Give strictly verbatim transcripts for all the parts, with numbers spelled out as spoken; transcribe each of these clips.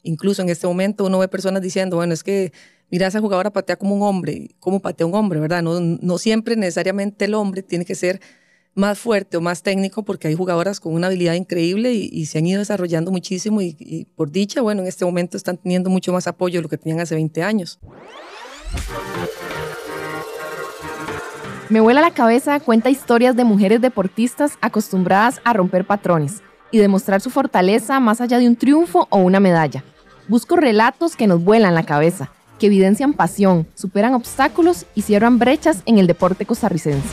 Incluso en este momento uno ve personas diciendo, bueno, es que mira, esa jugadora patea como un hombre. ¿Cómo patea un hombre, verdad? No, no siempre necesariamente el hombre tiene que ser más fuerte o más técnico, porque hay jugadoras con una habilidad increíble y, y se han ido desarrollando muchísimo y, y por dicha, bueno, en este momento están teniendo mucho más apoyo de lo que tenían hace veinte años. Me vuela la cabeza cuenta historias de mujeres deportistas acostumbradas a romper patrones y demostrar su fortaleza más allá de un triunfo o una medalla. Busco relatos que nos vuelan la cabeza, que evidencian pasión, superan obstáculos y cierran brechas en el deporte costarricense.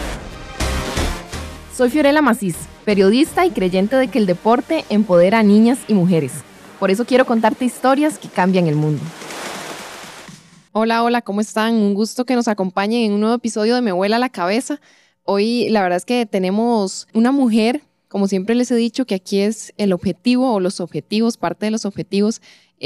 Soy Fiorella Macís, periodista y creyente de que el deporte empodera a niñas y mujeres. Por eso quiero contarte historias que cambian el mundo. Hola, hola, ¿cómo están? Un gusto que nos acompañen en un nuevo episodio de Me Vuela la Cabeza. Hoy la verdad es que tenemos una mujer, como siempre les he dicho, que aquí es el objetivo o los objetivos, parte de los objetivos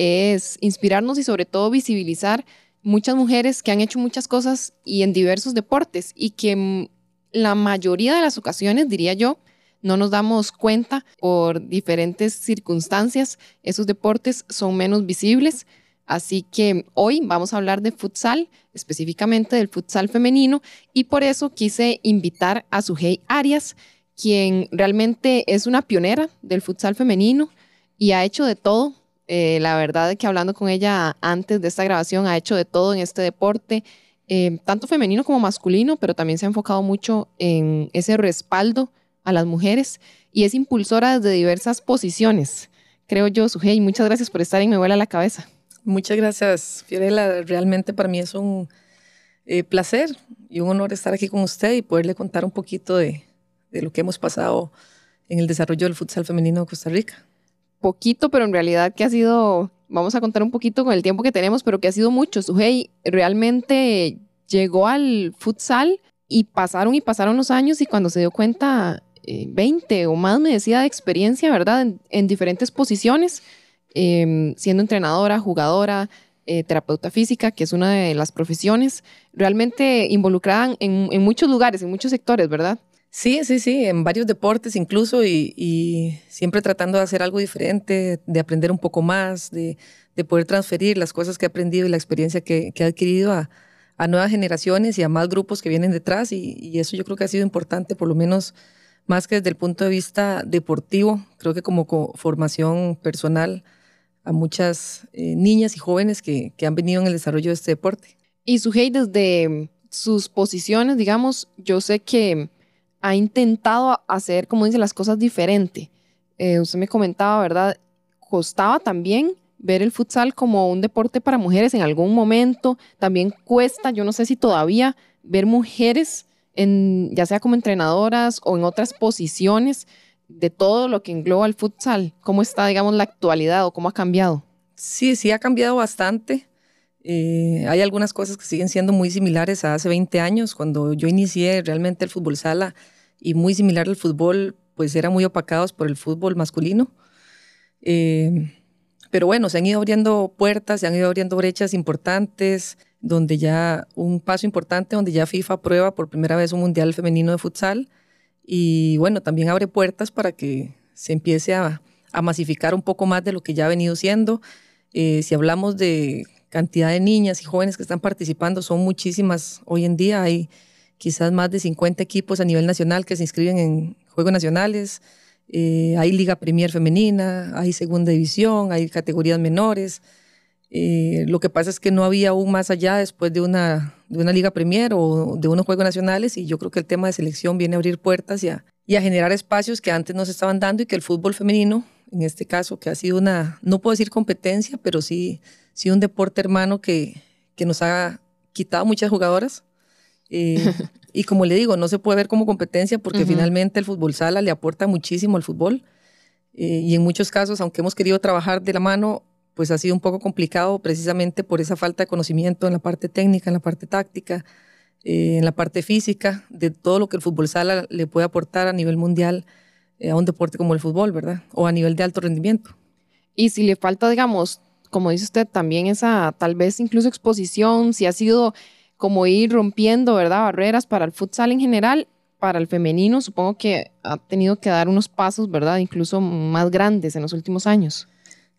es inspirarnos y sobre todo visibilizar muchas mujeres que han hecho muchas cosas y en diversos deportes y que la mayoría de las ocasiones, diría yo, no nos damos cuenta por diferentes circunstancias. Esos deportes son menos visibles. Así que hoy vamos a hablar de futsal, específicamente del futsal femenino, y por eso quise invitar a Sujei Arias, quien realmente es una pionera del futsal femenino y ha hecho de todo. Eh, la verdad es que hablando con ella antes de esta grabación, ha hecho de todo en este deporte, eh, tanto femenino como masculino, pero también se ha enfocado mucho en ese respaldo a las mujeres y es impulsora desde diversas posiciones. Creo yo, Sujei, muchas gracias por estar en Me Vuela la Cabeza. Muchas gracias, Fiorella. Realmente para mí es un eh, placer y un honor estar aquí con usted y poderle contar un poquito de, de lo que hemos pasado en el desarrollo del futsal femenino de Costa Rica. Poquito, pero en realidad que ha sido, vamos a contar un poquito con el tiempo que tenemos, pero que ha sido mucho. Sujei realmente llegó al futsal y pasaron y pasaron los años y cuando se dio cuenta, eh, veinte o más me decía de experiencia, ¿verdad? En, en diferentes posiciones, eh, siendo entrenadora, jugadora, eh, terapeuta física, que es una de las profesiones, realmente involucrada en, en muchos lugares, en muchos sectores, ¿verdad? Sí, sí, sí, en varios deportes incluso y, y siempre tratando de hacer algo diferente, de aprender un poco más, de, de poder transferir las cosas que he aprendido y la experiencia que, que he adquirido a, a nuevas generaciones y a más grupos que vienen detrás y, y eso yo creo que ha sido importante, por lo menos más que desde el punto de vista deportivo, creo que como, como formación personal a muchas eh, niñas y jóvenes que, que han venido en el desarrollo de este deporte. Y Sujei, desde sus posiciones, digamos, yo sé que ha intentado hacer, como dice, las cosas diferente. Eh, usted me comentaba, ¿verdad? Costaba también ver el futsal como un deporte para mujeres en algún momento. También cuesta, yo no sé si todavía, ver mujeres, en, ya sea como entrenadoras o en otras posiciones de todo lo que engloba el futsal. ¿Cómo está, digamos, la actualidad o cómo ha cambiado? Sí, sí ha cambiado bastante. Eh, hay algunas cosas que siguen siendo muy similares a hace veinte años, cuando yo inicié realmente el fútbol sala y muy similar al fútbol, pues eran muy opacados por el fútbol masculino. Eh, pero bueno, se han ido abriendo puertas, se han ido abriendo brechas importantes, donde ya un paso importante, donde ya FIFA aprueba por primera vez un mundial femenino de futsal y bueno, también abre puertas para que se empiece a, a masificar un poco más de lo que ya ha venido siendo. Eh, si hablamos de cantidad de niñas y jóvenes que están participando, son muchísimas. Hoy en día hay quizás más de cincuenta equipos a nivel nacional que se inscriben en Juegos Nacionales. Eh, hay Liga Premier femenina, hay Segunda División, hay categorías menores. Eh, lo que pasa es que no había aún más allá después de una, de una Liga Premier o de unos Juegos Nacionales y yo creo que el tema de selección viene a abrir puertas y a, y a generar espacios que antes no se estaban dando y que el fútbol femenino, en este caso, que ha sido una, no puedo decir competencia, pero sí, sí un deporte hermano que, que nos ha quitado muchas jugadoras. Eh, y como le digo, no se puede ver como competencia porque uh-huh. finalmente el fútbol sala le aporta muchísimo al fútbol eh, y en muchos casos, aunque hemos querido trabajar de la mano, pues ha sido un poco complicado precisamente por esa falta de conocimiento en la parte técnica, en la parte táctica, eh, en la parte física, de todo lo que el fútbol sala le puede aportar a nivel mundial eh, a un deporte como el fútbol, ¿verdad? O a nivel de alto rendimiento. Y si le falta, digamos, como dice usted, también esa tal vez incluso exposición, si ha sido como ir rompiendo, ¿verdad?, barreras para el futsal en general, para el femenino, supongo que ha tenido que dar unos pasos, ¿verdad?, incluso más grandes en los últimos años.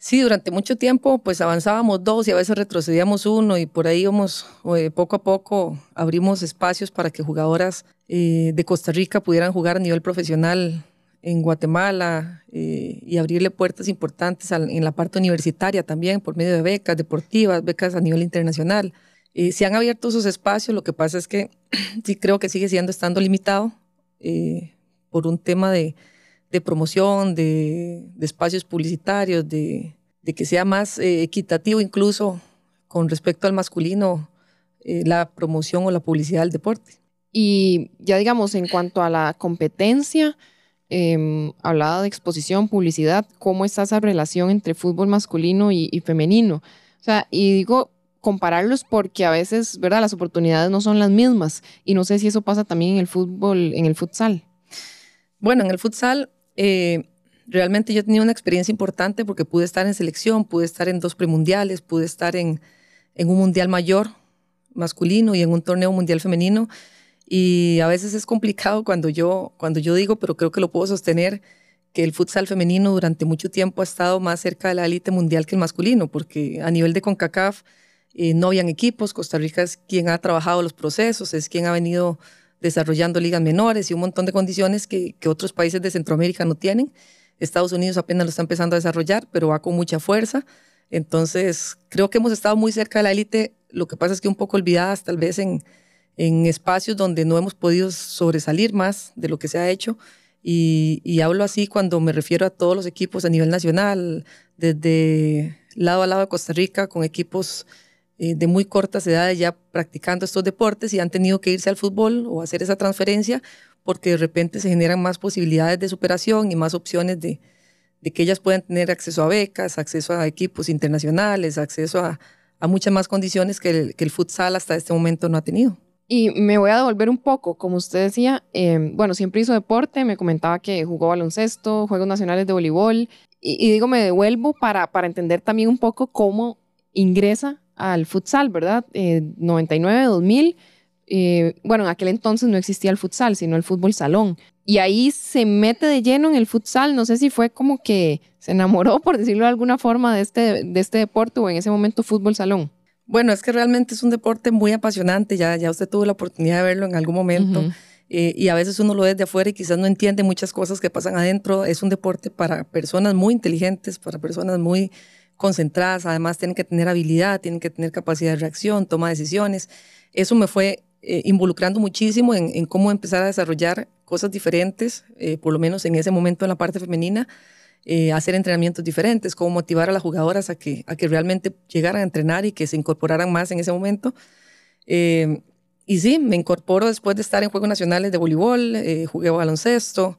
Sí, durante mucho tiempo pues avanzábamos dos y a veces retrocedíamos uno y por ahí íbamos, eh, poco a poco abrimos espacios para que jugadoras eh, de Costa Rica pudieran jugar a nivel profesional en Guatemala eh, y abrirle puertas importantes al, en la parte universitaria también por medio de becas deportivas, becas a nivel internacional. Eh, se han abierto esos espacios, lo que pasa es que sí creo que sigue siendo estando limitado eh, por un tema de de promoción, de, de espacios publicitarios, de, de que sea más eh, equitativo incluso con respecto al masculino, eh, la promoción o la publicidad del deporte. Y ya digamos, en cuanto a la competencia, eh, hablaba de exposición, publicidad, ¿cómo está esa relación entre fútbol masculino y, y femenino? O sea, y digo compararlos porque a veces, ¿verdad?, las oportunidades no son las mismas y no sé si eso pasa también en el fútbol, en el futsal. Bueno, en el futsal Eh, realmente yo tenía una experiencia importante porque pude estar en selección, pude estar en dos premundiales, pude estar en, en un mundial mayor masculino y en un torneo mundial femenino y a veces es complicado cuando yo, cuando yo digo, pero creo que lo puedo sostener, que el futsal femenino durante mucho tiempo ha estado más cerca de la élite mundial que el masculino, porque a nivel de CONCACAF eh, no habían equipos, Costa Rica es quien ha trabajado los procesos, es quien ha venido desarrollando ligas menores y un montón de condiciones que, que otros países de Centroamérica no tienen. Estados Unidos apenas lo está empezando a desarrollar, pero va con mucha fuerza. Entonces, creo que hemos estado muy cerca de la élite. Lo que pasa es que un poco olvidadas tal vez en, en espacios donde no hemos podido sobresalir más de lo que se ha hecho. Y, y hablo así cuando me refiero a todos los equipos a nivel nacional, desde lado a lado de Costa Rica, con equipos de muy cortas edades ya practicando estos deportes y han tenido que irse al fútbol o hacer esa transferencia porque de repente se generan más posibilidades de superación y más opciones de, de que ellas puedan tener acceso a becas, acceso a equipos internacionales, acceso a, a muchas más condiciones que el, que el futsal hasta este momento no ha tenido. Y me voy a devolver un poco, como usted decía, eh, bueno, siempre hizo deporte, me comentaba que jugó baloncesto, Juegos Nacionales de Voleibol, y, y digo, me devuelvo para, para entender también un poco cómo ingresa al futsal, ¿verdad? Eh, noventa y nueve, dos mil, eh, bueno, en aquel entonces no existía el futsal, sino el fútbol salón. Y ahí se mete de lleno en el futsal, no sé si fue como que se enamoró, por decirlo de alguna forma, de este, de este deporte o en ese momento fútbol salón. Bueno, es que realmente es un deporte muy apasionante, ya, ya usted tuvo la oportunidad de verlo en algún momento. Uh-huh. eh, y a veces uno lo ve de afuera y quizás no entiende muchas cosas que pasan adentro. Es un deporte para personas muy inteligentes, para personas muy concentradas, además tienen que tener habilidad, tienen que tener capacidad de reacción, toma de decisiones. Eso me fue eh, involucrando muchísimo en, en cómo empezar a desarrollar cosas diferentes, eh, por lo menos en ese momento en la parte femenina, eh, hacer entrenamientos diferentes, cómo motivar a las jugadoras a que, a que realmente llegaran a entrenar y que se incorporaran más en ese momento. Eh, y sí, me incorporo después de estar en Juegos Nacionales de Voleibol, eh, jugué baloncesto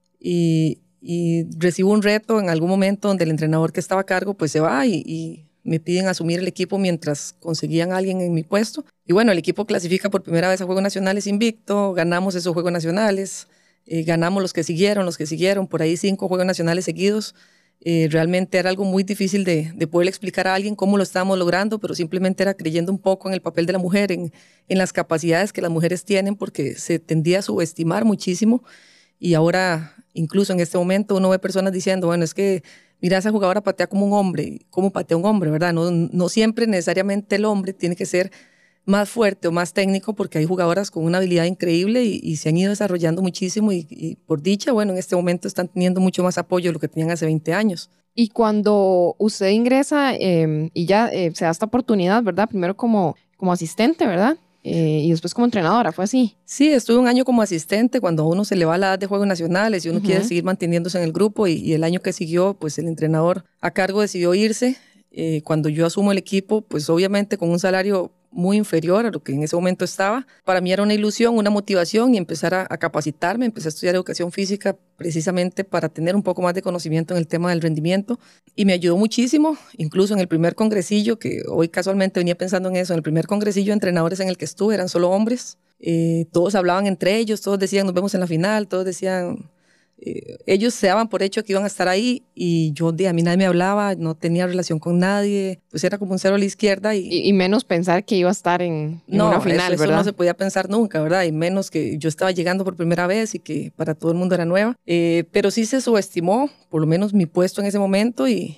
y y recibo un reto en algún momento donde el entrenador que estaba a cargo pues se va y, y me piden asumir el equipo mientras conseguían a alguien en mi puesto. Y bueno, el equipo clasifica por primera vez a Juegos Nacionales invicto, ganamos esos Juegos Nacionales, eh, ganamos los que siguieron, los que siguieron, por ahí cinco Juegos Nacionales seguidos. Eh, realmente era algo muy difícil de, de poder explicar a alguien cómo lo estábamos logrando, pero simplemente era creyendo un poco en el papel de la mujer, en, en las capacidades que las mujeres tienen, porque se tendía a subestimar muchísimo. Y ahora, incluso en este momento, uno ve personas diciendo, bueno, es que mira, esa jugadora patea como un hombre. ¿Cómo patea un hombre, verdad? No, no siempre necesariamente el hombre tiene que ser más fuerte o más técnico, porque hay jugadoras con una habilidad increíble y, y se han ido desarrollando muchísimo y, y por dicha, bueno, en este momento están teniendo mucho más apoyo de lo que tenían hace veinte años. Y cuando usted ingresa eh, y ya eh, se da esta oportunidad, ¿verdad? Primero como, como asistente, ¿verdad? Eh, y después como entrenadora, ¿fue así? Sí, estuve un año como asistente cuando a uno se le va la edad de Juegos Nacionales y uno uh-huh. quiere seguir manteniéndose en el grupo y, y el año que siguió, pues el entrenador a cargo decidió irse. Eh, cuando yo asumo el equipo, pues obviamente con un salario muy inferior a lo que en ese momento estaba. Para mí era una ilusión, una motivación y empezar a, a capacitarme. Empecé a estudiar educación física precisamente para tener un poco más de conocimiento en el tema del rendimiento y me ayudó muchísimo, incluso en el primer congresillo, que hoy casualmente venía pensando en eso, en el primer congresillo de entrenadores en el que estuve eran solo hombres. Eh, todos hablaban entre ellos, todos decían nos vemos en la final, todos decían... Eh, ellos se daban por hecho que iban a estar ahí y yo, de a mí nadie me hablaba, no tenía relación con nadie, pues era como un cero a la izquierda. Y, y, y menos pensar que iba a estar en, en no, una final, eso, ¿verdad? Eso no se podía pensar nunca, ¿verdad? Y menos que yo estaba llegando por primera vez y que para todo el mundo era nueva. Eh, pero sí se subestimó, por lo menos mi puesto en ese momento y,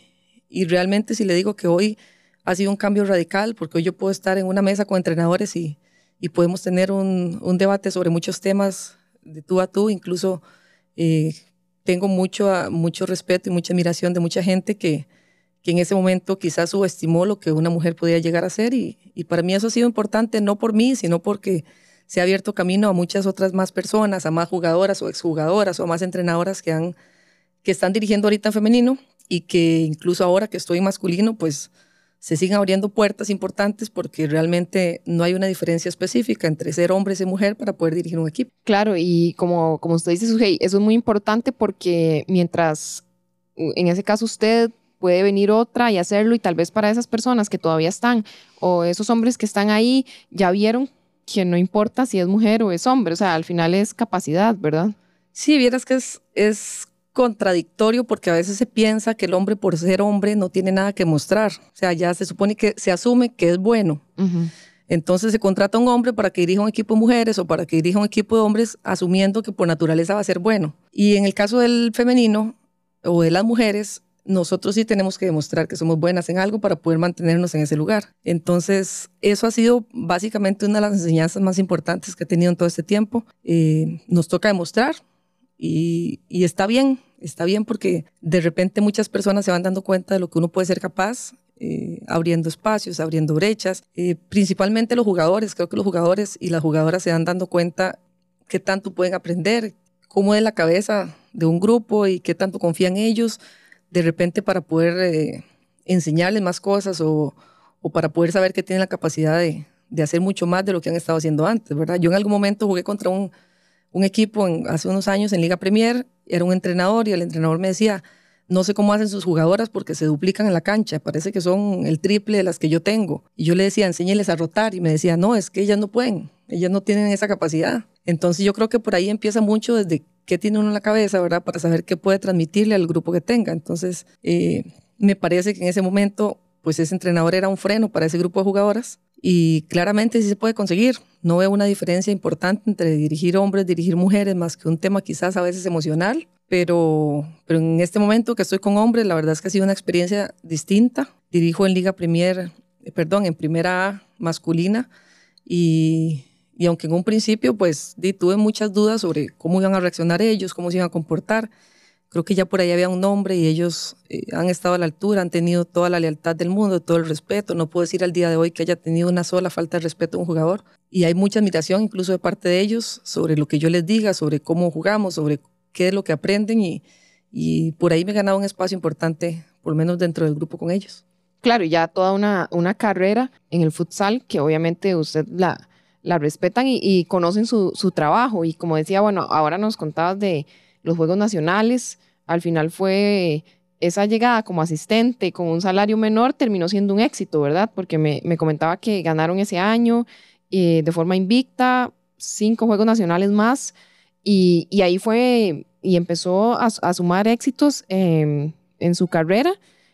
y realmente si le digo que hoy ha sido un cambio radical, porque hoy yo puedo estar en una mesa con entrenadores y, y podemos tener un, un debate sobre muchos temas de tú a tú, incluso eh, tengo mucho, mucho respeto y mucha admiración de mucha gente que, que en ese momento quizás subestimó lo que una mujer podía llegar a ser y, y para mí eso ha sido importante, no por mí, sino porque se ha abierto camino a muchas otras más personas, a más jugadoras o exjugadoras o a más entrenadoras que, han, que están dirigiendo ahorita en femenino y que incluso ahora que estoy en masculino, pues se siguen abriendo puertas importantes porque realmente no hay una diferencia específica entre ser hombre y ser mujer para poder dirigir un equipo. Claro, y como, como usted dice, Sujei, eso es muy importante porque mientras en ese caso usted puede venir otra y hacerlo y tal vez para esas personas que todavía están o esos hombres que están ahí ya vieron que no importa si es mujer o es hombre, o sea, al final es capacidad, ¿verdad? Sí, vieras que es, es contradictorio porque a veces se piensa que el hombre por ser hombre no tiene nada que mostrar, o sea, ya se supone que se asume que es bueno. Uh-huh. Entonces se contrata a un hombre para que dirija un equipo de mujeres o para que dirija un equipo de hombres asumiendo que por naturaleza va a ser bueno. Y en el caso del femenino o de las mujeres, nosotros sí tenemos que demostrar que somos buenas en algo para poder mantenernos en ese lugar. Entonces, eso ha sido básicamente una de las enseñanzas más importantes que he tenido en todo este tiempo. Eh, nos toca demostrar y, y está bien, está bien porque de repente muchas personas se van dando cuenta de lo que uno puede ser capaz, eh, abriendo espacios, abriendo brechas. Eh, principalmente los jugadores, creo que los jugadores y las jugadoras se van dando cuenta qué tanto pueden aprender, cómo es la cabeza de un grupo y qué tanto confían en ellos, de repente para poder eh, enseñarles más cosas o, o para poder saber que tienen la capacidad de, de hacer mucho más de lo que han estado haciendo antes, ¿verdad? Yo en algún momento jugué contra un, un equipo en, hace unos años en Liga Premier, era un entrenador y el entrenador me decía, no sé cómo hacen sus jugadoras porque se duplican en la cancha, parece que son el triple de las que yo tengo. Y yo le decía, enséñeles a rotar y me decía, no, es que ellas no pueden, ellas no tienen esa capacidad. Entonces yo creo que por ahí empieza mucho desde qué tiene uno en la cabeza, ¿verdad? Para saber qué puede transmitirle al grupo que tenga. Entonces, eh, me parece que en ese momento, pues ese entrenador era un freno para ese grupo de jugadoras y claramente sí se puede conseguir. No veo una diferencia importante entre dirigir hombres, dirigir mujeres, más que un tema quizás a veces emocional, pero, pero en este momento que estoy con hombres, la verdad es que ha sido una experiencia distinta. Dirijo en Liga Premier, eh, perdón, en Primera A masculina y... Y aunque en un principio pues di, tuve muchas dudas sobre cómo iban a reaccionar ellos, cómo se iban a comportar, creo que ya por ahí había un nombre y ellos eh, han estado a la altura, han tenido toda la lealtad del mundo, todo el respeto. No puedo decir al día de hoy que haya tenido una sola falta de respeto a un jugador. Y hay mucha admiración incluso de parte de ellos sobre lo que yo les diga, sobre cómo jugamos, sobre qué es lo que aprenden y, y por ahí me he ganado un espacio importante, por lo menos dentro del grupo con ellos. Claro, y ya toda una, una carrera en el futsal que obviamente usted la... la respetan y, y conocen su, su trabajo. Y como decía, bueno, ahora nos contabas de los Juegos Nacionales, al final fue esa llegada como asistente con un salario menor, terminó siendo un éxito, ¿verdad? Porque me, me comentaba que ganaron ese año eh, de forma invicta, cinco Juegos Nacionales más, y, y ahí fue, y empezó a, a sumar éxitos eh, en su carrera,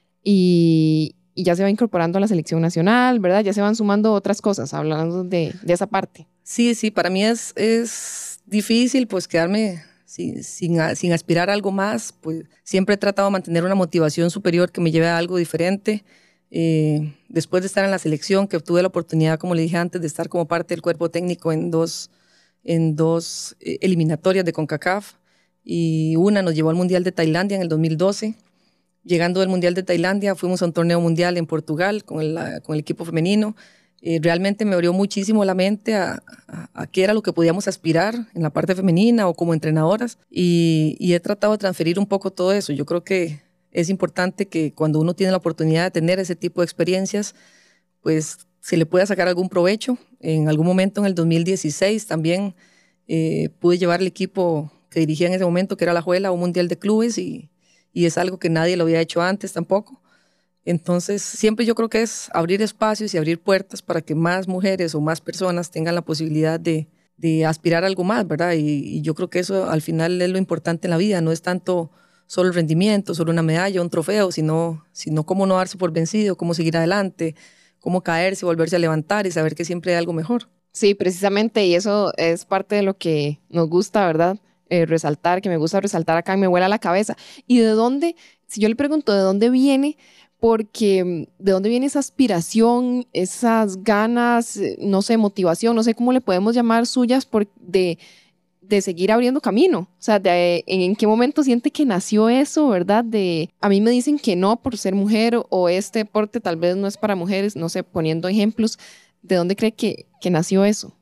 y y ya se va incorporando a la selección nacional, ¿verdad? Ya se van sumando otras cosas, hablando de, de esa parte. Sí, sí, para mí es, es difícil pues quedarme sin, sin, sin aspirar a algo más, pues siempre he tratado de mantener una motivación superior que me lleve a algo diferente. Eh, después de estar en la selección, que tuve la oportunidad, como le dije antes, de estar como parte del cuerpo técnico en dos, en dos eh, eliminatorias de CONCACAF, y una nos llevó al Mundial de Tailandia en el dos mil doce. Llegando del Mundial de Tailandia, fuimos a un torneo mundial en Portugal con el, con el equipo femenino. Eh, realmente me abrió muchísimo la mente a, a, a qué era lo que podíamos aspirar en la parte femenina o como entrenadoras. Y, y he tratado de transferir un poco todo eso. Yo creo que es importante que cuando uno tiene la oportunidad de tener ese tipo de experiencias, pues se le pueda sacar algún provecho. En algún momento, en el dos mil dieciséis, también eh, pude llevar el equipo que dirigía en ese momento, que era la Juela, a un Mundial de Clubes y y es algo que nadie lo había hecho antes tampoco. Entonces, siempre yo creo que es abrir espacios y abrir puertas para que más mujeres o más personas tengan la posibilidad de, de aspirar a algo más, ¿verdad? Y, y yo creo que eso al final es lo importante en la vida, no es tanto solo el rendimiento, solo una medalla, un trofeo, sino, sino cómo no darse por vencido, cómo seguir adelante, cómo caerse, volverse a levantar y saber que siempre hay algo mejor. Sí, precisamente, y eso es parte de lo que nos gusta, ¿verdad? Eh, resaltar, que me gusta resaltar acá, me vuela la cabeza. ¿Y de dónde, si yo le pregunto de dónde viene, porque ¿de dónde viene esa aspiración, esas ganas, no sé, motivación, no sé cómo le podemos llamar suyas por, de, de seguir abriendo camino? O sea, de, ¿en, ¿en qué momento siente que nació eso, verdad? De, a mí me dicen que no por ser mujer o este deporte tal vez no es para mujeres, no sé, poniendo ejemplos, ¿de dónde cree que, que nació eso?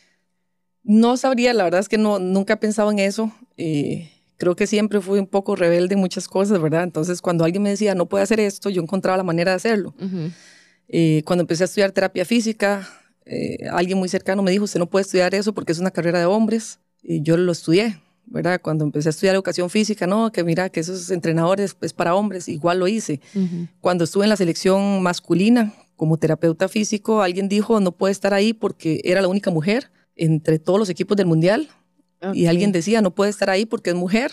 No sabría, la verdad es que no, nunca he pensado en eso. Eh, creo que siempre fui un poco rebelde en muchas cosas, ¿verdad? Entonces, cuando alguien me decía, no puede hacer esto, yo encontraba la manera de hacerlo. Uh-huh. Eh, cuando empecé a estudiar terapia física, eh, alguien muy cercano me dijo, usted no puede estudiar eso porque es una carrera de hombres. Y yo lo estudié, ¿verdad? Cuando empecé a estudiar educación física, no, que mira, que esos entrenadores es para hombres, igual lo hice. Uh-huh. Cuando estuve en la selección masculina como terapeuta físico, alguien dijo, no puede estar ahí porque era la única mujer entre todos los equipos del mundial. Okay. Y alguien decía, no puede estar ahí porque es mujer.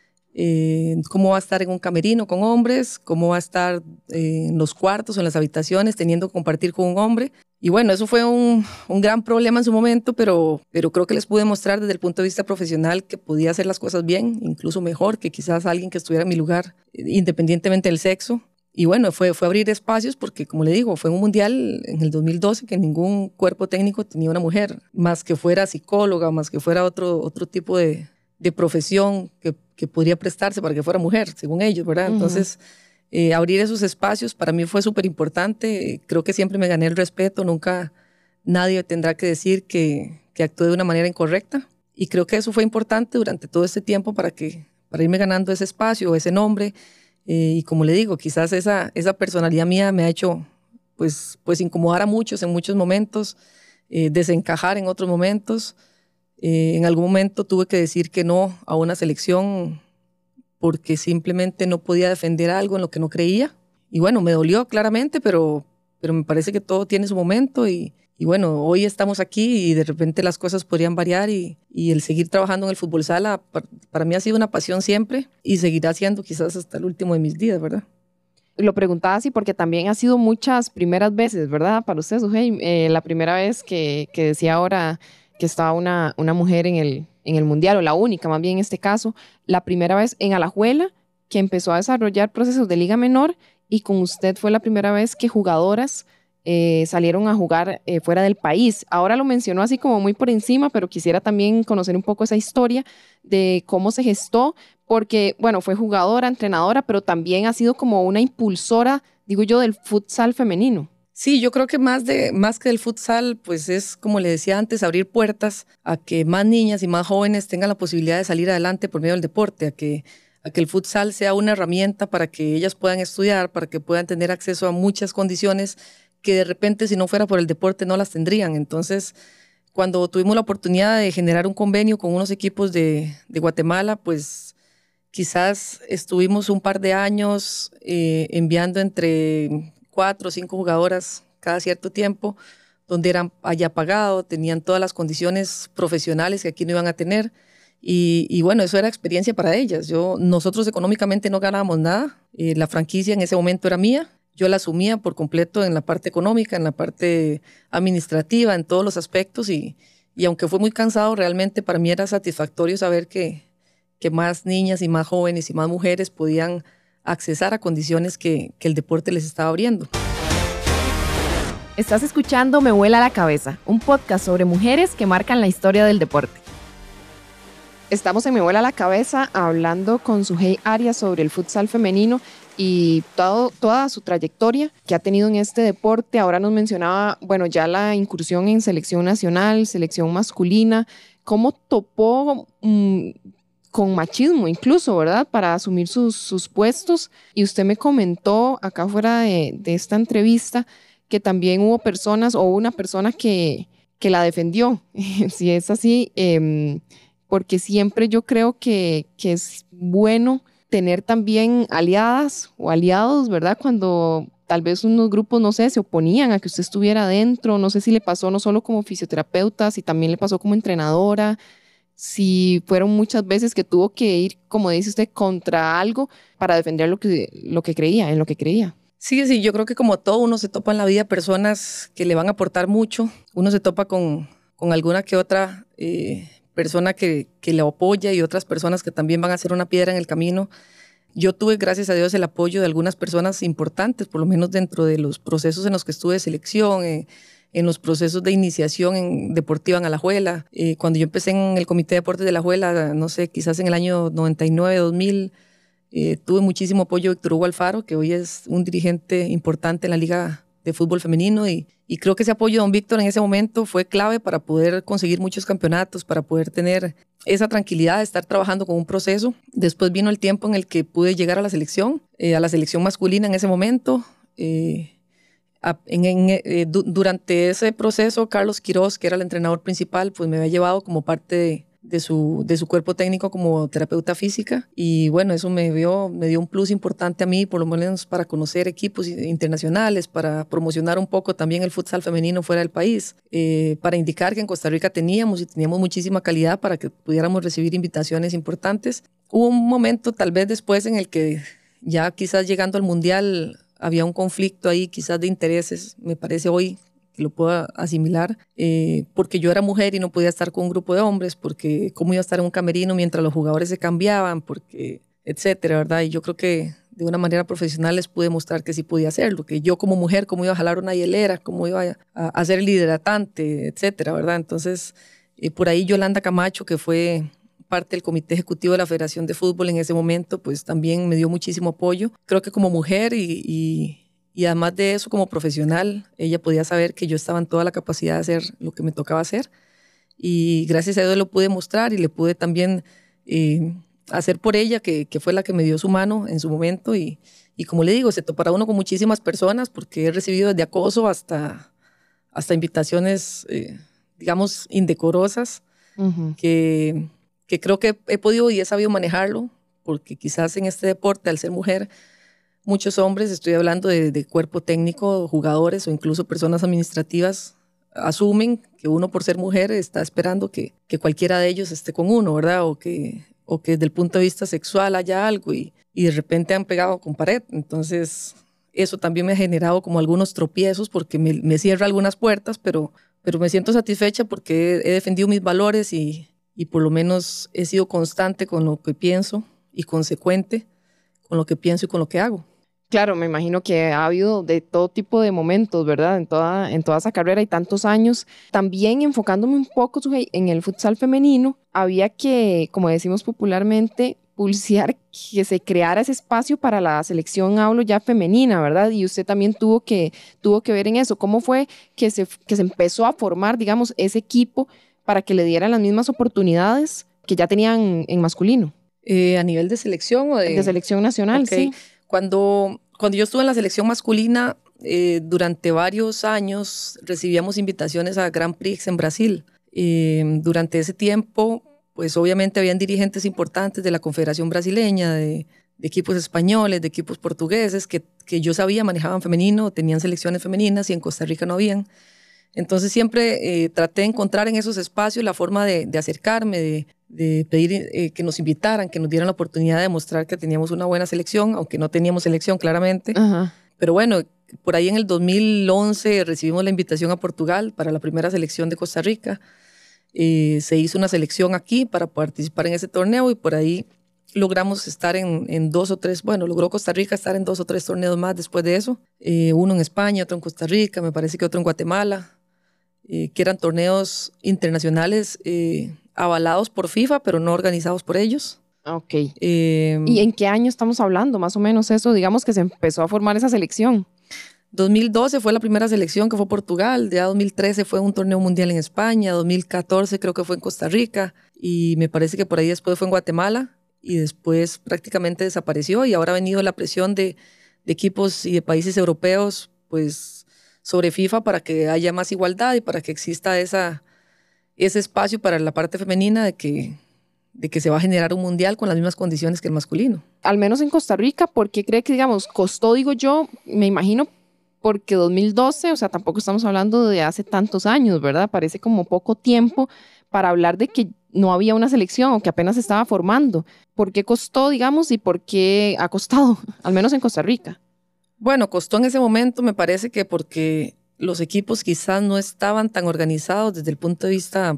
Eh, ¿Cómo va a estar en un camerino con hombres? ¿Cómo va a estar eh, en los cuartos o en las habitaciones teniendo que compartir con un hombre? Y bueno, eso fue un, un gran problema en su momento, pero, pero creo que les pude mostrar desde el punto de vista profesional que podía hacer las cosas bien, incluso mejor que quizás alguien que estuviera en mi lugar, independientemente del sexo. Y bueno, fue, fue abrir espacios porque, como le digo, fue un mundial en el dos mil doce que ningún cuerpo técnico tenía una mujer, más que fuera psicóloga, más que fuera otro, otro tipo de, de profesión que, que podría prestarse para que fuera mujer, según ellos, ¿verdad? Uh-huh. Entonces, eh, abrir esos espacios para mí fue súper importante. Creo que siempre me gané el respeto, nunca nadie tendrá que decir que, que actué de una manera incorrecta. Y creo que eso fue importante durante todo este tiempo para, que, para irme ganando ese espacio, ese nombre. Eh, y como le digo, quizás esa, esa personalidad mía me ha hecho pues, pues incomodar a muchos en muchos momentos, eh, desencajar en otros momentos. Eh, en algún momento tuve que decir que no a una selección porque simplemente no podía defender algo en lo que no creía. Y bueno, me dolió claramente, pero, pero me parece que todo tiene su momento y, y bueno, hoy estamos aquí y de repente las cosas podrían variar y, y el seguir trabajando en el fútbol sala para, para mí ha sido una pasión siempre y seguirá siendo quizás hasta el último de mis días, ¿verdad? Lo preguntaba así porque también ha sido muchas primeras veces, ¿verdad? Para usted, Sujei, eh, la primera vez que, que decía ahora que estaba una, una mujer en el, en el mundial, o la única más bien en este caso, la primera vez en Alajuela que empezó a desarrollar procesos de liga menor y con usted fue la primera vez que jugadoras Eh, salieron a jugar eh, fuera del país. Ahora lo mencionó así como muy por encima, pero quisiera también conocer un poco esa historia de cómo se gestó, porque, bueno, fue jugadora, entrenadora, pero también ha sido como una impulsora, digo yo, del futsal femenino. Sí, yo creo que más, de, más que del futsal, pues es, como le decía antes, abrir puertas a que más niñas y más jóvenes tengan la posibilidad de salir adelante por medio del deporte, a que, a que el futsal sea una herramienta para que ellas puedan estudiar, para que puedan tener acceso a muchas condiciones que de repente si no fuera por el deporte no las tendrían. Entonces, cuando tuvimos la oportunidad de generar un convenio con unos equipos de, de Guatemala, pues quizás estuvimos un par de años eh, enviando entre cuatro o cinco jugadoras cada cierto tiempo, donde eran allá pagado, tenían todas las condiciones profesionales que aquí no iban a tener. Y, y bueno, eso era experiencia para ellas. Yo, nosotros económicamente no ganábamos nada. Eh, la franquicia en ese momento era mía. Yo la asumía por completo en la parte económica, en la parte administrativa, en todos los aspectos y, y aunque fue muy cansado, realmente para mí era satisfactorio saber que, que más niñas y más jóvenes y más mujeres podían accesar a condiciones que, que el deporte les estaba abriendo. Estás escuchando Me Vuela la Cabeza, un podcast sobre mujeres que marcan la historia del deporte. Estamos en Me Vuela la Cabeza hablando con Sujei Arias sobre el futsal femenino y todo, toda su trayectoria que ha tenido en este deporte. Ahora nos mencionaba, bueno, ya la incursión en selección nacional, selección masculina. ¿Cómo topó mmm, con machismo incluso, verdad? Para asumir sus, sus puestos. Y usted me comentó acá fuera de, de esta entrevista que también hubo personas o una persona que, que la defendió. Si es así, eh, porque siempre yo creo que, que es bueno tener también aliadas o aliados, ¿verdad? Cuando tal vez unos grupos, no sé, se oponían a que usted estuviera adentro. No sé si le pasó no solo como fisioterapeuta, si también le pasó como entrenadora, si fueron muchas veces que tuvo que ir, como dice usted, contra algo para defender lo que, lo que creía, en lo que creía. Sí, sí, yo creo que como todo uno se topa en la vida personas que le van a aportar mucho. Uno se topa con, con alguna que otra eh, persona que, que le apoya y otras personas que también van a ser una piedra en el camino. yo tuve, gracias a Dios, el apoyo de algunas personas importantes, por lo menos dentro de los procesos en los que estuve de selección, eh, en los procesos de iniciación en deportiva en Alajuela. Eh, cuando yo empecé en el Comité de Deportes de Alajuela, no sé, quizás en el año noventa y nueve, dos mil, eh, tuve muchísimo apoyo de Víctor Hugo Alfaro, que hoy es un dirigente importante en la Liga de Fútbol Femenino, y, y creo que ese apoyo de don Víctor en ese momento fue clave para poder conseguir muchos campeonatos, para poder tener esa tranquilidad de estar trabajando con un proceso. Después vino el tiempo en el que pude llegar a la selección, eh, a la selección masculina en ese momento. Eh, En, en, eh, du, durante ese proceso, Carlos Quiroz, que era el entrenador principal, pues me había llevado como parte de, de, su, de su cuerpo técnico como terapeuta física, y bueno, eso me dio, me dio un plus importante a mí, por lo menos para conocer equipos internacionales, para promocionar un poco también el futsal femenino fuera del país, eh, para indicar que en Costa Rica teníamos y teníamos muchísima calidad para que pudiéramos recibir invitaciones importantes. Hubo un momento tal vez después en el que ya quizás llegando al Mundial había un conflicto ahí quizás de intereses, me parece hoy que lo puedo asimilar, eh, porque yo era mujer y no podía estar con un grupo de hombres, porque cómo iba a estar en un camerino mientras los jugadores se cambiaban, porque etcétera, ¿verdad? Y yo creo que de una manera profesional les pude mostrar que sí podía hacerlo, que yo como mujer, cómo iba a jalar una hielera, cómo iba a, a, a ser el hidratante, etcétera, ¿verdad? Entonces, eh, por ahí Yolanda Camacho, que fue parte del comité ejecutivo de la Federación de Fútbol en ese momento, pues también me dio muchísimo apoyo. Creo que como mujer y, y, y además de eso como profesional, ella podía saber que yo estaba en toda la capacidad de hacer lo que me tocaba hacer, y gracias a Dios lo pude mostrar y le pude también eh, hacer por ella, que, que fue la que me dio su mano en su momento, y, y como le digo, se topará uno con muchísimas personas porque he recibido desde acoso hasta, hasta invitaciones, eh, digamos, indecorosas, uh-huh. que... que creo que he podido y he sabido manejarlo, porque quizás en este deporte, al ser mujer, muchos hombres, estoy hablando de, de cuerpo técnico, jugadores o incluso personas administrativas, asumen que uno por ser mujer está esperando que, que cualquiera de ellos esté con uno, ¿verdad? O que, o que desde el punto de vista sexual haya algo, y, y de repente han pegado con pared. Entonces, eso también me ha generado como algunos tropiezos, porque me, me cierra algunas puertas, pero, pero me siento satisfecha porque he, he defendido mis valores y y por lo menos he sido constante con lo que pienso y consecuente con lo que pienso y con lo que hago. Claro, me imagino que ha habido de todo tipo de momentos, ¿verdad? En toda, en toda esa carrera y tantos años. También enfocándome un poco en el futsal femenino, había que, como decimos popularmente, pulsear que se creara ese espacio para la selección, hablo ya femenina, ¿verdad? Y usted también tuvo que, tuvo que ver en eso. ¿Cómo fue que se, que se empezó a formar, digamos, ese equipo para que le dieran las mismas oportunidades que ya tenían en masculino? Eh, ¿A nivel de selección o de...? De selección nacional, okay. Sí. Cuando, cuando yo estuve en la selección masculina, eh, durante varios años recibíamos invitaciones a Grand Prix en Brasil. Eh, durante ese tiempo, pues obviamente habían dirigentes importantes de la Confederación Brasileña, de, de equipos españoles, de equipos portugueses, que, que yo sabía manejaban femenino, tenían selecciones femeninas y en Costa Rica no habían. Entonces siempre eh, traté de encontrar en esos espacios la forma de, de acercarme, de, de pedir eh, que nos invitaran, que nos dieran la oportunidad de demostrar que teníamos una buena selección, aunque no teníamos selección claramente. Uh-huh. Pero bueno, por ahí en el dos mil once recibimos la invitación a Portugal para la primera selección de Costa Rica. Eh, se hizo una selección aquí para participar en ese torneo y por ahí logramos estar en, en dos o tres, bueno, logró Costa Rica estar en dos o tres torneos más después de eso. Eh, uno en España, otro en Costa Rica, me parece que otro en Guatemala. Eh, que eran torneos internacionales eh, avalados por FIFA, pero no organizados por ellos. Ok. Eh, ¿Y en qué año estamos hablando, más o menos eso? Digamos que se empezó a formar esa selección. dos mil doce fue la primera selección, que fue Portugal. Ya dos mil trece fue un torneo mundial en España. dos mil catorce creo que fue en Costa Rica. Y me parece que por ahí después fue en Guatemala. Y después prácticamente desapareció. Y ahora ha venido la presión de, de equipos y de países europeos, pues sobre FIFA, para que haya más igualdad y para que exista esa, ese espacio para la parte femenina de que, de que se va a generar un mundial con las mismas condiciones que el masculino. Al menos en Costa Rica, ¿por qué cree que, digamos, costó, digo yo, me imagino, porque dos mil doce, o sea, tampoco estamos hablando de hace tantos años, ¿verdad? Parece como poco tiempo para hablar de que no había una selección o que apenas se estaba formando. ¿Por qué costó, digamos, y por qué ha costado, al menos en Costa Rica? Bueno, costó en ese momento, me parece que porque los equipos quizás no estaban tan organizados desde el punto de vista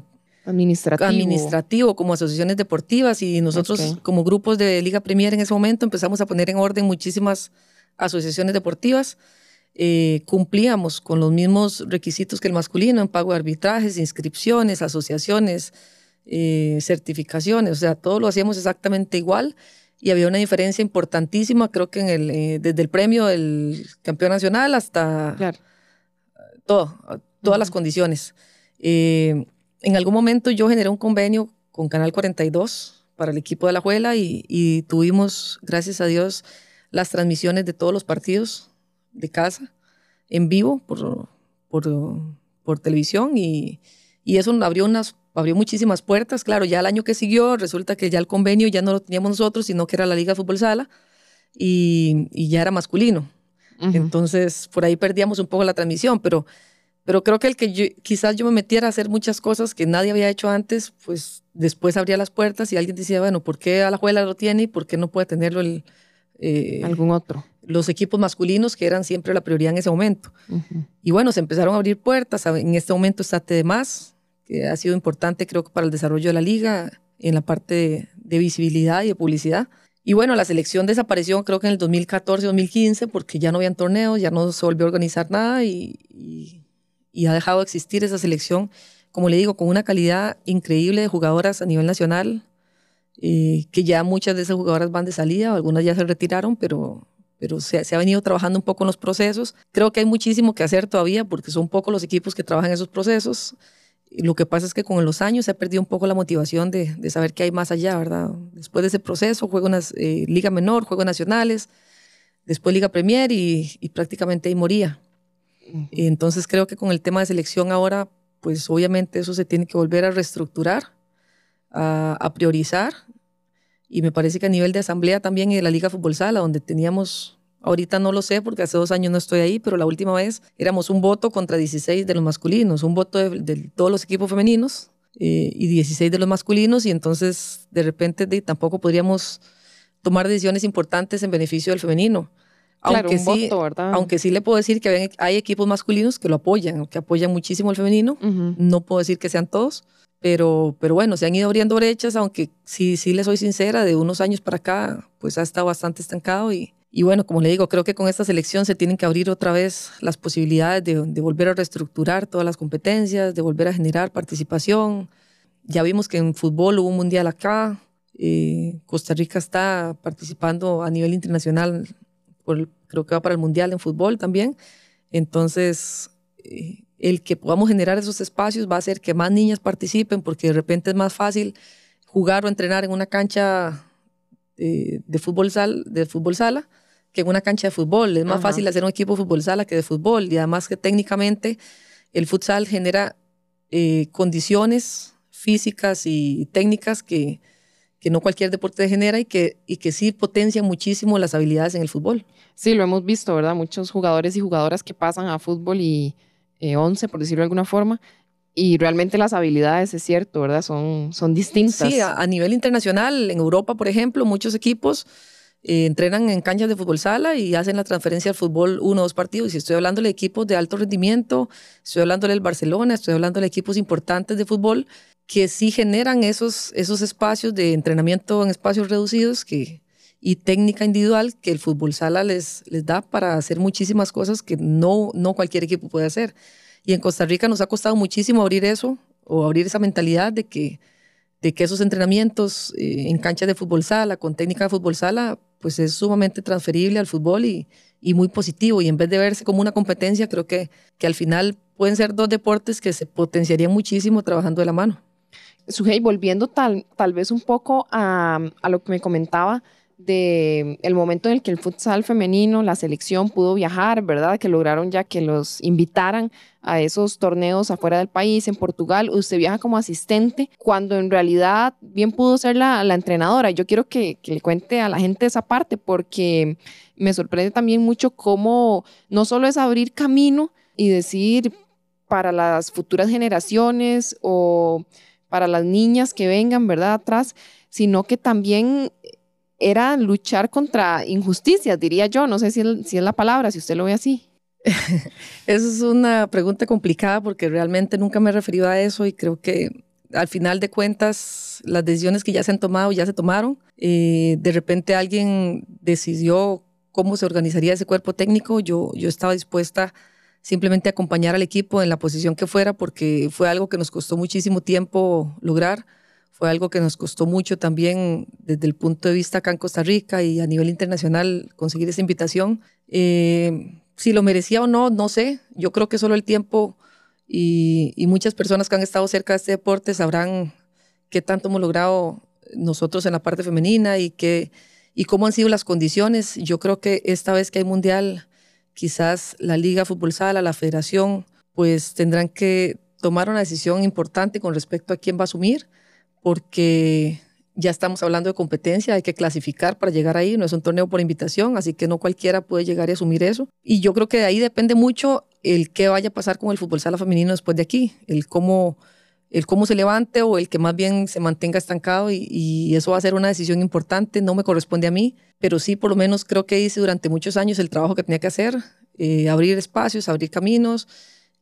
administrativo. administrativo, como asociaciones deportivas, y nosotros okay. como grupos de Liga Premier en ese momento empezamos a poner en orden muchísimas asociaciones deportivas. Eh, cumplíamos con los mismos requisitos que el masculino en pago de arbitrajes, inscripciones, asociaciones, eh, certificaciones, o sea, todo lo hacíamos exactamente igual, y había una diferencia importantísima, creo que en el, eh, desde el premio del campeón nacional hasta claro. todo, todas uh-huh. las condiciones. Eh, en algún momento yo generé un convenio con Canal cuarenta y dos para el equipo de Alajuela y, y tuvimos, gracias a Dios, las transmisiones de todos los partidos de casa en vivo por, por, por televisión, y, y eso abrió, unas, abrió muchísimas puertas. Claro, ya el año que siguió resulta que ya el convenio ya no lo teníamos nosotros, sino que era la Liga de Fútbol Sala, y, y ya era masculino. Uh-huh. Entonces por ahí perdíamos un poco la transmisión, pero, pero creo que el que yo, quizás yo me metiera a hacer muchas cosas que nadie había hecho antes, pues después abría las puertas y alguien decía, bueno, ¿por qué Alajuela lo tiene y por qué no puede tenerlo el Eh, algún otro? Los equipos masculinos, que eran siempre la prioridad en ese momento. Uh-huh. Y bueno, se empezaron a abrir puertas. En este momento está T D más, que ha sido importante creo que para el desarrollo de la liga en la parte de, de visibilidad y de publicidad. Y bueno, la selección desapareció creo que en el dos mil catorce, dos mil quince, porque ya no habían torneos, ya no se volvió a organizar nada, y, y, y ha dejado de existir esa selección, como le digo, con una calidad increíble de jugadoras a nivel nacional. Eh, que ya muchas de esas jugadoras van de salida, algunas ya se retiraron, pero, pero se, se ha venido trabajando un poco en los procesos. Creo que hay muchísimo que hacer todavía porque son pocos los equipos que trabajan esos procesos. Y lo que pasa es que con los años se ha perdido un poco la motivación de, de saber qué hay más allá, ¿verdad? Después de ese proceso, juego una eh, Liga Menor, juegos nacionales, después Liga Premier y, y prácticamente ahí moría. Uh-huh. Y entonces creo que con el tema de selección ahora, pues obviamente eso se tiene que volver a reestructurar, A, a priorizar, y me parece que a nivel de asamblea también y de la Liga Fútbol Sala, donde teníamos, ahorita no lo sé porque hace dos años no estoy ahí, pero la última vez éramos un voto contra dieciséis de los masculinos, un voto de, de todos los equipos femeninos eh, y dieciséis de los masculinos, y entonces de repente de, tampoco podríamos tomar decisiones importantes en beneficio del femenino. Claro, aunque un sí, voto, ¿verdad? Aunque sí le puedo decir que hay, hay equipos masculinos que lo apoyan, que apoyan muchísimo al femenino, uh-huh. no puedo decir que sean todos. Pero, pero bueno, se han ido abriendo brechas, aunque sí, sí le soy sincera, de unos años para acá, pues ha estado bastante estancado. Y, y bueno, como le digo, creo que con esta selección se tienen que abrir otra vez las posibilidades de, de volver a reestructurar todas las competencias, de volver a generar participación. Ya vimos que en fútbol hubo un mundial acá, eh, Costa Rica está participando a nivel internacional, por, creo que va para el mundial en fútbol también. Entonces, eh, el que podamos generar esos espacios va a hacer que más niñas participen, porque de repente es más fácil jugar o entrenar en una cancha de, de, fútbol, sal, de fútbol sala que en una cancha de fútbol. Es más Ajá. fácil hacer un equipo de fútbol sala que de fútbol, y además que técnicamente el futsal genera eh, condiciones físicas y técnicas que, que no cualquier deporte genera, y que, y que sí potencian muchísimo las habilidades en el fútbol. Sí, lo hemos visto, ¿verdad? Muchos jugadores y jugadoras que pasan a fútbol y Eh, once, por decirlo de alguna forma, y realmente las habilidades, es cierto, ¿verdad? Son, son distintas. Sí, a, a nivel internacional, en Europa, por ejemplo, muchos equipos eh, entrenan en canchas de fútbol sala y hacen la transferencia al fútbol uno o dos partidos. Y estoy hablando de equipos de alto rendimiento, estoy hablando del Barcelona, estoy hablando de equipos importantes de fútbol que sí generan esos, esos espacios de entrenamiento en espacios reducidos que, y técnica individual que el fútbol sala les, les da para hacer muchísimas cosas que no, no cualquier equipo puede hacer. Y en Costa Rica nos ha costado muchísimo abrir eso, o abrir esa mentalidad de que, de que esos entrenamientos eh, en canchas de fútbol sala, con técnica de fútbol sala, pues es sumamente transferible al fútbol y, y muy positivo. Y en vez de verse como una competencia, creo que, que al final pueden ser dos deportes que se potenciarían muchísimo trabajando de la mano. Sujei, volviendo tal, tal vez un poco a, a lo que me comentaba, de el momento en el que el futsal femenino, la selección pudo viajar, ¿verdad? Que lograron ya que los invitaran a esos torneos afuera del país, en Portugal. Usted viaja como asistente, cuando en realidad bien pudo ser la, la entrenadora. Yo quiero que, que le cuente a la gente esa parte, porque me sorprende también mucho cómo no solo es abrir camino y decir para las futuras generaciones o para las niñas que vengan, ¿verdad? Atrás, sino que también era luchar contra injusticias, diría yo. No sé si es, si es la palabra, si usted lo ve así. Esa es una pregunta complicada porque realmente nunca me he referido a eso, y creo que al final de cuentas las decisiones que ya se han tomado ya se tomaron. Eh, de repente alguien decidió cómo se organizaría ese cuerpo técnico. Yo, yo estaba dispuesta simplemente a acompañar al equipo en la posición que fuera, porque fue algo que nos costó muchísimo tiempo lograr. Fue algo que nos costó mucho también desde el punto de vista acá en Costa Rica y a nivel internacional conseguir esa invitación. Eh, si lo merecía o no, no sé. Yo creo que solo el tiempo y, y muchas personas que han estado cerca de este deporte sabrán qué tanto hemos logrado nosotros en la parte femenina y, qué, y cómo han sido las condiciones. Yo creo que esta vez que hay mundial, quizás la Liga Fútbol Sala, la federación, pues tendrán que tomar una decisión importante con respecto a quién va a asumir, porque ya estamos hablando de competencia, hay que clasificar para llegar ahí, no es un torneo por invitación, así que no cualquiera puede llegar y asumir eso. Y yo creo que de ahí depende mucho el qué vaya a pasar con el fútbol sala femenino después de aquí, el cómo, el cómo se levante o el que más bien se mantenga estancado, y, y eso va a ser una decisión importante, no me corresponde a mí, pero sí por lo menos creo que hice durante muchos años el trabajo que tenía que hacer, eh, abrir espacios, abrir caminos.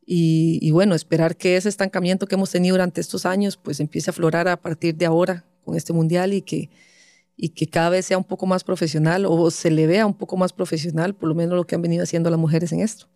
Y, y bueno, esperar que ese estancamiento que hemos tenido durante estos años pues empiece a aflorar a partir de ahora con este mundial, y que, y que cada vez sea un poco más profesional, o se le vea un poco más profesional, por lo menos lo que han venido haciendo las mujeres en esto.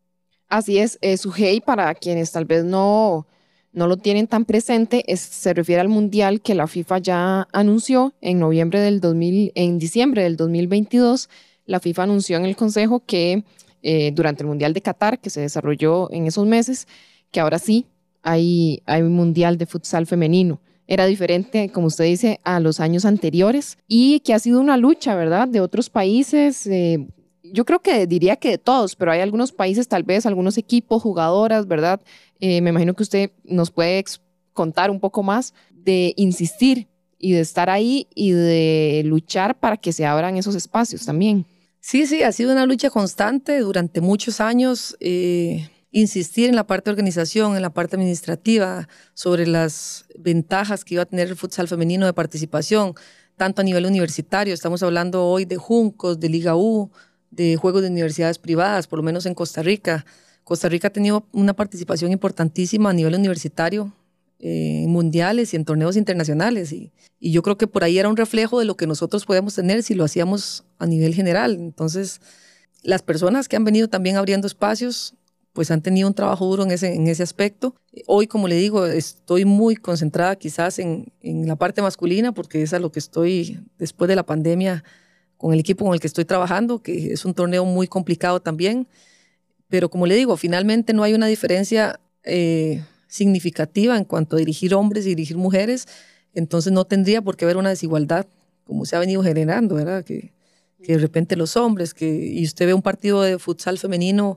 Así es, eh, Sujei, para quienes tal vez no, no lo tienen tan presente, es, se refiere al mundial que la FIFA ya anunció en noviembre del dos mil, en diciembre del dos mil veintidós. La FIFA anunció en el Consejo que Eh, durante el Mundial de Qatar, que se desarrolló en esos meses, que ahora sí hay, hay un Mundial de futsal femenino. Era diferente, como usted dice, a los años anteriores, y que ha sido una lucha, ¿verdad?, de otros países. Eh, yo creo que diría que de todos, pero hay algunos países, tal vez, algunos equipos, jugadoras, ¿verdad? Eh, me imagino que usted nos puede contar un poco más de insistir y de estar ahí y de luchar para que se abran esos espacios también. Sí, sí, ha sido una lucha constante durante muchos años, eh, insistir en la parte de organización, en la parte administrativa, sobre las ventajas que iba a tener el futsal femenino de participación, tanto a nivel universitario. Estamos hablando hoy de Juncos, de Liga U, de juegos de universidades privadas, por lo menos en Costa Rica. Costa Rica ha tenido una participación importantísima a nivel universitario, en mundiales y en torneos internacionales, y, y yo creo que por ahí era un reflejo de lo que nosotros podemos tener si lo hacíamos a nivel general. Entonces, las personas que han venido también abriendo espacios, pues han tenido un trabajo duro en ese, en ese aspecto. Hoy, como le digo, estoy muy concentrada quizás en, en la parte masculina, porque es a lo que estoy después de la pandemia con el equipo con el que estoy trabajando, que es un torneo muy complicado también, pero como le digo, finalmente no hay una diferencia eh, significativa en cuanto a dirigir hombres y dirigir mujeres, entonces no tendría por qué haber una desigualdad como se ha venido generando, ¿verdad? Que, que de repente los hombres, que, y usted ve un partido de futsal femenino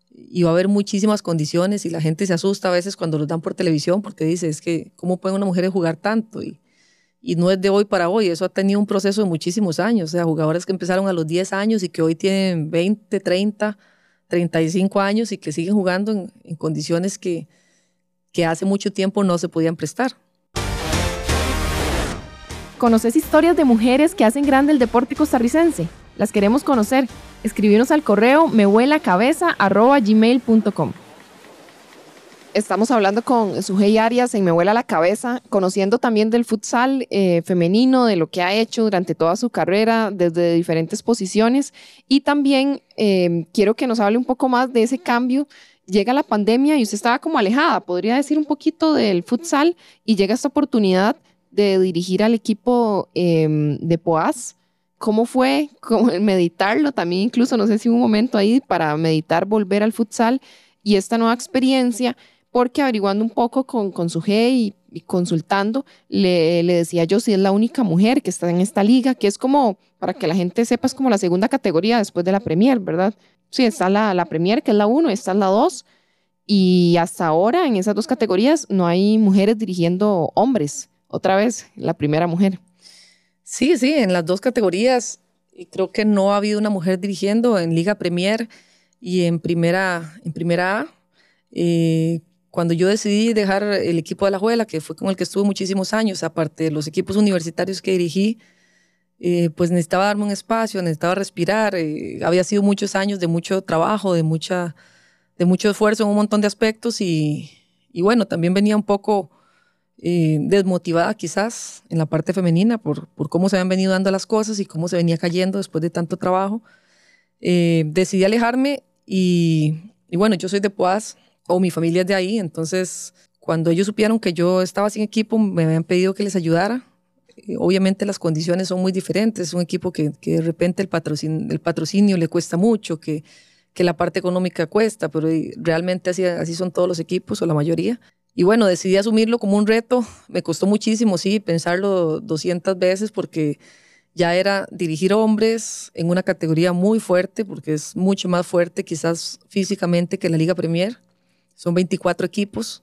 y va a haber muchísimas condiciones y la gente se asusta a veces cuando los dan por televisión porque dice, es que ¿cómo pueden una mujer jugar tanto? Y, y no es de hoy para hoy, eso ha tenido un proceso de muchísimos años, o sea, jugadoras que empezaron a los diez años y que hoy tienen veinte, treinta, treinta y cinco años y que siguen jugando en, en condiciones que que hace mucho tiempo no se podían prestar. ¿Conoces historias de mujeres que hacen grande el deporte costarricense? Las queremos conocer. Escribirnos al correo mehuelacabeza arroba gmail punto com. Estamos hablando con Sujei Arias en Me Vuela la Cabeza, conociendo también del futsal eh, femenino, de lo que ha hecho durante toda su carrera, desde diferentes posiciones, y también eh, quiero que nos hable un poco más de ese cambio. Llega la pandemia y usted estaba como alejada, podría decir, un poquito del futsal, y llega esta oportunidad de dirigir al equipo eh, de Poás. ¿Cómo fue? ¿Cómo meditarlo también? Incluso no sé si hubo un momento ahí para meditar, volver al futsal y esta nueva experiencia, porque averiguando un poco con, con Sujei y, y consultando, le, le decía yo si es la única mujer que está en esta liga, que es como, para que la gente sepa, es como la segunda categoría después de la Premier, ¿verdad? Sí, está la, la Premier, que es la uno, está la dos, y hasta ahora en esas dos categorías no hay mujeres dirigiendo hombres. Otra vez, la primera mujer. Sí, sí, en las dos categorías creo que no ha habido una mujer dirigiendo en Liga Premier y en Primera, en primera A. Eh, cuando yo decidí dejar el equipo de Alajuela, que fue con el que estuve muchísimos años, aparte de los equipos universitarios que dirigí, Eh, pues necesitaba darme un espacio, necesitaba respirar. Eh, había sido muchos años de mucho trabajo, de, mucha, de mucho esfuerzo en un montón de aspectos y, y bueno, también venía un poco eh, desmotivada quizás en la parte femenina por, por cómo se habían venido dando las cosas y cómo se venía cayendo después de tanto trabajo. Eh, decidí alejarme y, y bueno, yo soy de Poás, o mi familia es de ahí, entonces cuando ellos supieron que yo estaba sin equipo, me habían pedido que les ayudara. Eh, obviamente las condiciones son muy diferentes, es un equipo que, que de repente el patrocinio, el patrocinio le cuesta mucho, que, que la parte económica cuesta, pero realmente así, así son todos los equipos o la mayoría. Y bueno, decidí asumirlo como un reto, me costó muchísimo, sí, pensarlo doscientas veces porque ya era dirigir hombres en una categoría muy fuerte, porque es mucho más fuerte quizás físicamente que la Liga Premier. Son veinticuatro equipos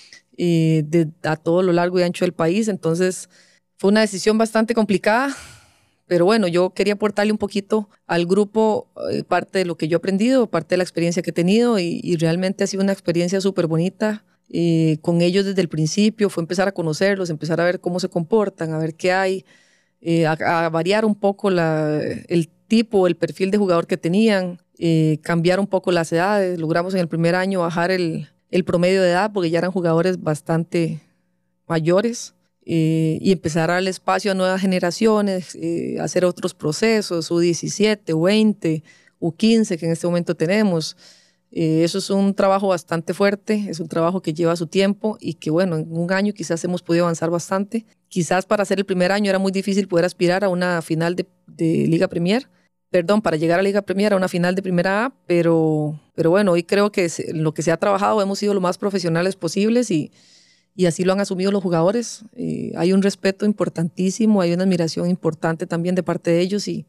eh, de, a todo lo largo y ancho del país, entonces fue una decisión bastante complicada, pero bueno, yo quería aportarle un poquito al grupo eh, parte de lo que yo he aprendido, parte de la experiencia que he tenido y, y realmente ha sido una experiencia súper bonita. Eh, con ellos desde el principio fue empezar a conocerlos, empezar a ver cómo se comportan, a ver qué hay, eh, a, a variar un poco la, el tipo, el perfil de jugador que tenían, eh, cambiar un poco las edades. Logramos en el primer año bajar el, el promedio de edad porque ya eran jugadores bastante mayores, eh, y empezar a darle espacio a nuevas generaciones, eh, hacer otros procesos, U diecisiete, U veinte, U quince que en este momento tenemos. Eh, eso es un trabajo bastante fuerte, es un trabajo que lleva su tiempo y que bueno, en un año quizás hemos podido avanzar bastante. Quizás para hacer el primer año era muy difícil poder aspirar a una final de, de Liga Premier, perdón, para llegar a Liga Premier a una final de Primera A, pero, pero bueno, hoy creo que en lo que se ha trabajado hemos sido lo más profesionales posibles y, y así lo han asumido los jugadores. Eh, hay un respeto importantísimo, hay una admiración importante también de parte de ellos y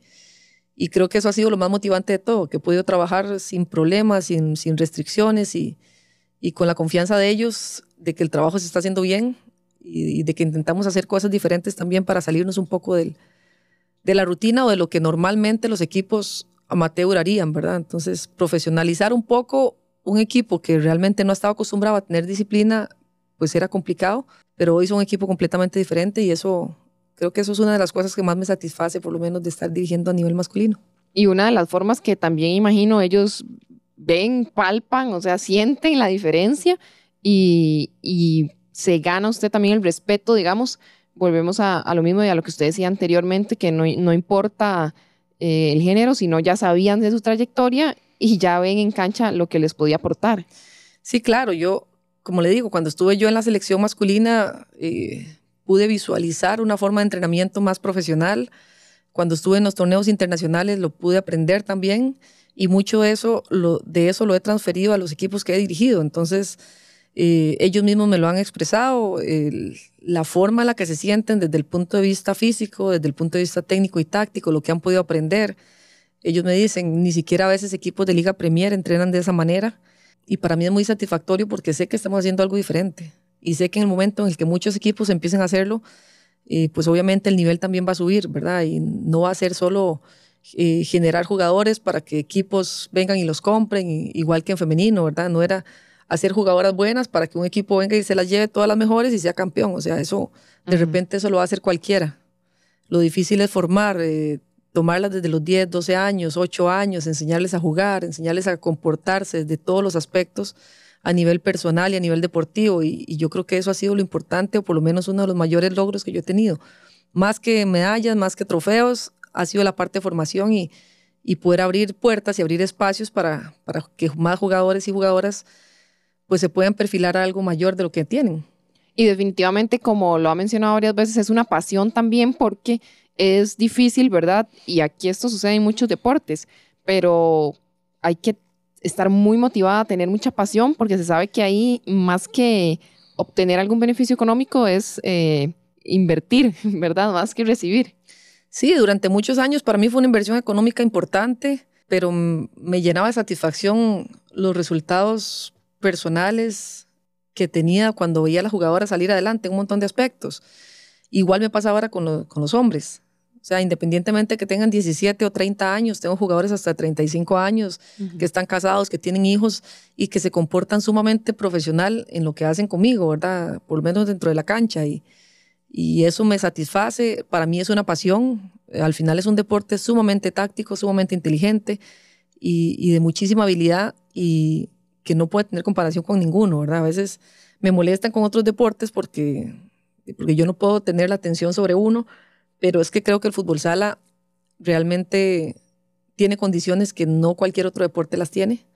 Y creo que eso ha sido lo más motivante de todo, que he podido trabajar sin problemas, sin, sin restricciones y, y con la confianza de ellos, de que el trabajo se está haciendo bien y, y de que intentamos hacer cosas diferentes también para salirnos un poco del, de la rutina o de lo que normalmente los equipos amateur harían, ¿verdad? Entonces, profesionalizar un poco un equipo que realmente no estaba acostumbrado a tener disciplina, pues era complicado, pero hoy es un equipo completamente diferente y eso... Creo que eso es una de las cosas que más me satisface, por lo menos, de estar dirigiendo a nivel masculino. Y una de las formas que también imagino ellos ven, palpan, o sea, sienten la diferencia y, y se gana usted también el respeto, digamos. Volvemos a, a lo mismo y a lo que usted decía anteriormente, que no, no importa eh, el género, sino ya sabían de su trayectoria y ya ven en cancha lo que les podía aportar. Sí, claro. Yo, como le digo, cuando estuve yo en la selección masculina... Eh, pude visualizar una forma de entrenamiento más profesional. Cuando estuve en los torneos internacionales lo pude aprender también y mucho de eso lo, de eso lo he transferido a los equipos que he dirigido. Entonces, eh, ellos mismos me lo han expresado, el, la forma en la que se sienten desde el punto de vista físico, desde el punto de vista técnico y táctico, lo que han podido aprender. Ellos me dicen, ni siquiera a veces equipos de Liga Premier entrenan de esa manera y para mí es muy satisfactorio porque sé que estamos haciendo algo diferente. Y sé que en el momento en el que muchos equipos empiecen a hacerlo, eh, pues obviamente el nivel también va a subir, ¿verdad? Y no va a ser solo eh, generar jugadores para que equipos vengan y los compren, y, igual que en femenino, ¿verdad? No era hacer jugadoras buenas para que un equipo venga y se las lleve todas las mejores y sea campeón. O sea, eso, de uh-huh. repente eso lo va a hacer cualquiera. Lo difícil es formar, eh, tomarlas desde los diez, doce años, ocho años, enseñarles a jugar, enseñarles a comportarse desde todos los aspectos, a nivel personal y a nivel deportivo, y, y yo creo que eso ha sido lo importante, o por lo menos uno de los mayores logros que yo he tenido. Más que medallas, más que trofeos, ha sido la parte de formación y, y poder abrir puertas y abrir espacios para, para que más jugadores y jugadoras pues se puedan perfilar a algo mayor de lo que tienen. Y definitivamente, como lo ha mencionado varias veces, es una pasión también porque es difícil, ¿verdad? Y aquí esto sucede en muchos deportes, pero hay que estar muy motivada, tener mucha pasión, porque se sabe que ahí más que obtener algún beneficio económico es eh, invertir, ¿verdad? Más que recibir. Sí, durante muchos años para mí fue una inversión económica importante, pero me llenaba de satisfacción los resultados personales que tenía cuando veía a las jugadoras salir adelante en un montón de aspectos. Igual me pasa ahora con, lo, con los hombres. O sea, independientemente que tengan diecisiete o treinta años, tengo jugadores hasta treinta y cinco años, uh-huh. que están casados, que tienen hijos y que se comportan sumamente profesional en lo que hacen conmigo, ¿verdad? Por lo menos dentro de la cancha. Y, y eso me satisface. Para mí es una pasión. Al final es un deporte sumamente táctico, sumamente inteligente y, y de muchísima habilidad y que no puede tener comparación con ninguno, ¿verdad? A veces me molestan con otros deportes porque porque yo no puedo tener la atención sobre uno, pero es que creo que el fútbol sala realmente tiene condiciones que no cualquier otro deporte las tiene,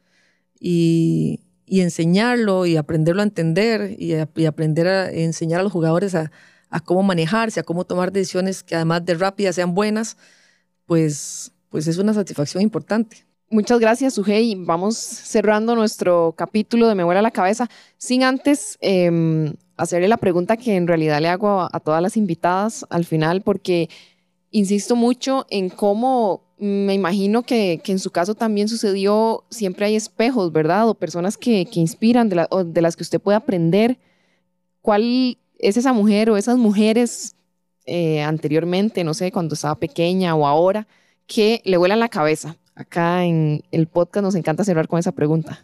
y, y enseñarlo y aprenderlo a entender y, a, y aprender a enseñar a los jugadores a, a cómo manejarse, a cómo tomar decisiones que además de rápidas sean buenas, pues, pues es una satisfacción importante. Muchas gracias, Sujei. Vamos cerrando nuestro capítulo de Me vuela la cabeza, sin antes eh, hacerle la pregunta que en realidad le hago a, a todas las invitadas al final, porque insisto mucho en cómo me imagino que, que en su caso también sucedió. Siempre hay espejos, ¿verdad? O personas que, que inspiran, de, la, o de las que usted puede aprender. ¿Cuál es esa mujer o esas mujeres eh, anteriormente, no sé, cuando estaba pequeña o ahora, que le vuelan la cabeza? Acá en el podcast nos encanta cerrar con esa pregunta.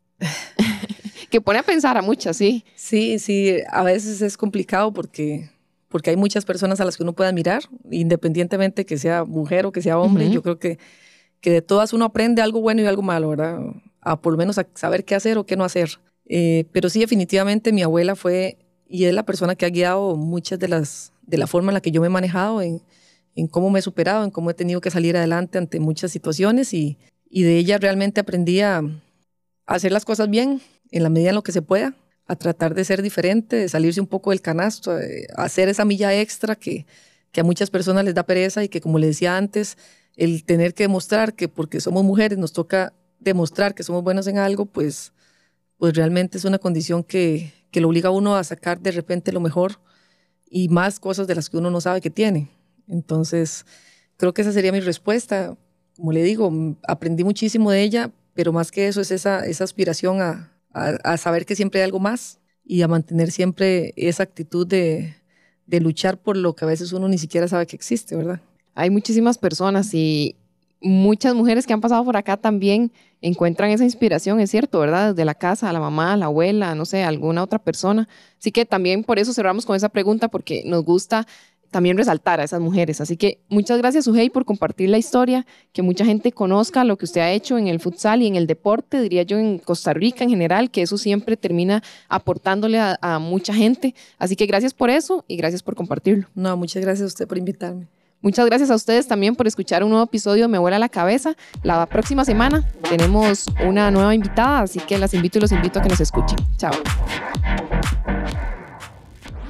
Que pone a pensar a muchas, sí. Sí, sí, a veces es complicado porque, porque hay muchas personas a las que uno puede admirar, independientemente que sea mujer o que sea hombre. Uh-huh. Yo creo que, que de todas uno aprende algo bueno y algo malo, ¿verdad? A por lo menos a saber qué hacer o qué no hacer. Eh, pero sí, definitivamente mi abuela fue y es la persona que ha guiado muchas de las de la forma en la que yo me he manejado, en, en cómo me he superado, en cómo he tenido que salir adelante ante muchas situaciones, y, y de ella realmente aprendí a, a hacer las cosas bien en la medida en lo que se pueda, a tratar de ser diferente, de salirse un poco del canasto, a hacer esa milla extra que, que a muchas personas les da pereza, y que, como les decía antes, el tener que demostrar que porque somos mujeres nos toca demostrar que somos buenos en algo, pues, pues realmente es una condición que, que lo obliga a uno a sacar de repente lo mejor y más cosas de las que uno no sabe que tiene. Entonces, creo que esa sería mi respuesta. Como le digo, aprendí muchísimo de ella, pero más que eso es esa, esa aspiración a, a, a saber que siempre hay algo más, y a mantener siempre esa actitud de, de luchar por lo que a veces uno ni siquiera sabe que existe, ¿verdad? Hay muchísimas personas y muchas mujeres que han pasado por acá también encuentran esa inspiración, es cierto, ¿verdad? Desde la casa, a la mamá, a la abuela, no sé, alguna otra persona. Así que también por eso cerramos con esa pregunta, porque nos gusta también resaltar a esas mujeres. Así que muchas gracias, Sujei, por compartir la historia, que mucha gente conozca lo que usted ha hecho en el futsal y en el deporte, diría yo, en Costa Rica en general, que eso siempre termina aportándole a, a mucha gente. Así que gracias por eso y gracias por compartirlo. No, muchas gracias a usted por invitarme. Muchas gracias a ustedes también por escuchar un nuevo episodio de Me vuela la cabeza. La próxima semana tenemos una nueva invitada, así que las invito y los invito a que nos escuchen. Chao.